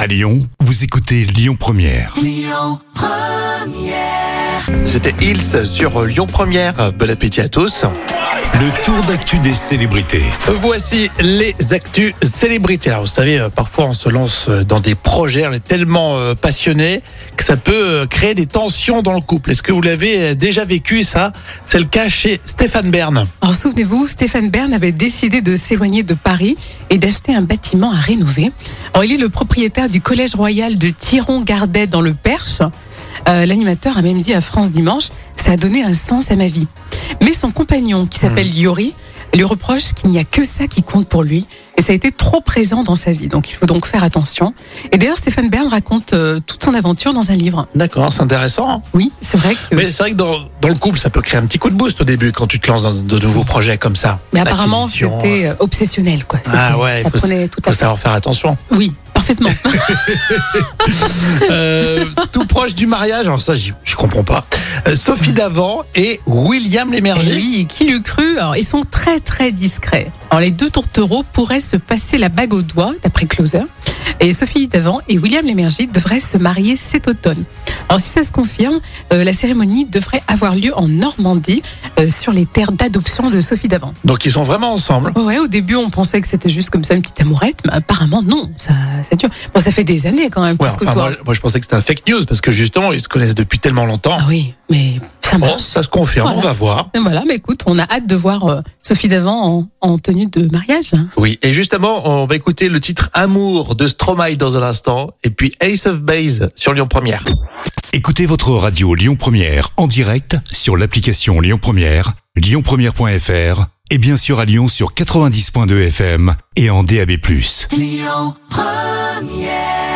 À Lyon, vous écoutez Lyon Première. C'était Hills sur Lyon Première. Bon appétit à tous. Le tour d'actu des célébrités. Voici les actus célébrités. Alors, vous savez, parfois on se lance dans des projets, on est tellement passionné que ça peut créer des tensions dans le couple. Est-ce que vous l'avez déjà vécu ça? C'est le cas chez Stéphane Bern. Alors souvenez-vous, Stéphane Bern avait décidé de s'éloigner de Paris et d'acheter un bâtiment à rénover. Alors, il est le propriétaire du Collège Royal de Thiron-Gardet dans le Perche. L'animateur a même dit à France Dimanche, ça a donné un sens à ma vie. Mais son compagnon, qui s'appelle Yori, lui reproche qu'il n'y a que ça qui compte pour lui. Et ça a été trop présent dans sa vie. Donc il faut donc faire attention. Et d'ailleurs, Stéphane Bern raconte toute son aventure dans un livre. D'accord, c'est intéressant. Hein. Oui, c'est vrai que... Mais c'est vrai que dans le couple, ça peut créer un petit coup de boost au début quand tu te lances dans de nouveaux projets comme ça. Mais apparemment, L'acquisition, c'était obsessionnel, quoi. Ah ouais, ça prenait tout à faut fait. savoir faire attention. Oui, parfaitement. Tout proche du mariage, alors ça, je comprends pas. Sophie Davant et William Lémergie. Et oui, qui l'eût cru? Alors, ils sont très très discrets. Alors, les deux tourtereaux pourraient se passer la bague au doigt, d'après Closer. Et Sophie Davant et William Lémergie devraient se marier cet automne. Alors, si ça se confirme, la cérémonie devrait avoir lieu en Normandie, sur les terres d'adoption de Sophie Davant. Donc ils sont vraiment ensemble. Ouais, au début, on pensait que c'était juste comme ça une petite amourette, mais apparemment, non, ça dure. Bon, ça fait des années quand même, Ouais, plus que enfin, toi. moi, je pensais que c'était un fake news parce que justement, ils se connaissent depuis tellement longtemps. Ah oui, mais ça Bon, marche. ça se confirme, Voilà. on va voir. Et voilà, mais écoute, on a hâte de voir Sophie Davant en tenue de mariage. Oui, et justement, on va écouter le titre Amour de Stromae dans un instant, et puis Ace of Base sur Lyon Première. Écoutez votre radio Lyon Première en direct sur l'application Lyon Première, lyonpremière.fr et bien sûr à Lyon sur 90.2 FM et en DAB+. Lyon Première.